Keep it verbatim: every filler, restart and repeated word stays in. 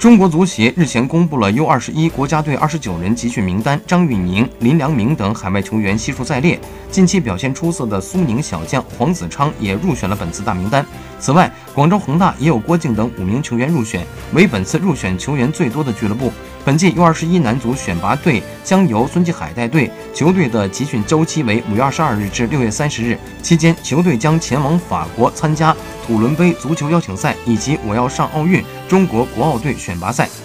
中国足协日前公布了 U 二十一 国家队二十九人集训名单，张玉宁、林良铭等海外球员悉数在列。近期表现出色的苏宁小将黄子昌也入选了本次大名单。此外，广州恒大也有郭靖等五名球员入选，为本次入选球员最多的俱乐部。本届 U 二十一 男足选拔队将由孙继海带队，球队的集训周期为五月二十二日至六月三十日，期间球队将前往法国参加土伦杯足球邀请赛以及我要上奥运中国国奥队选拔赛。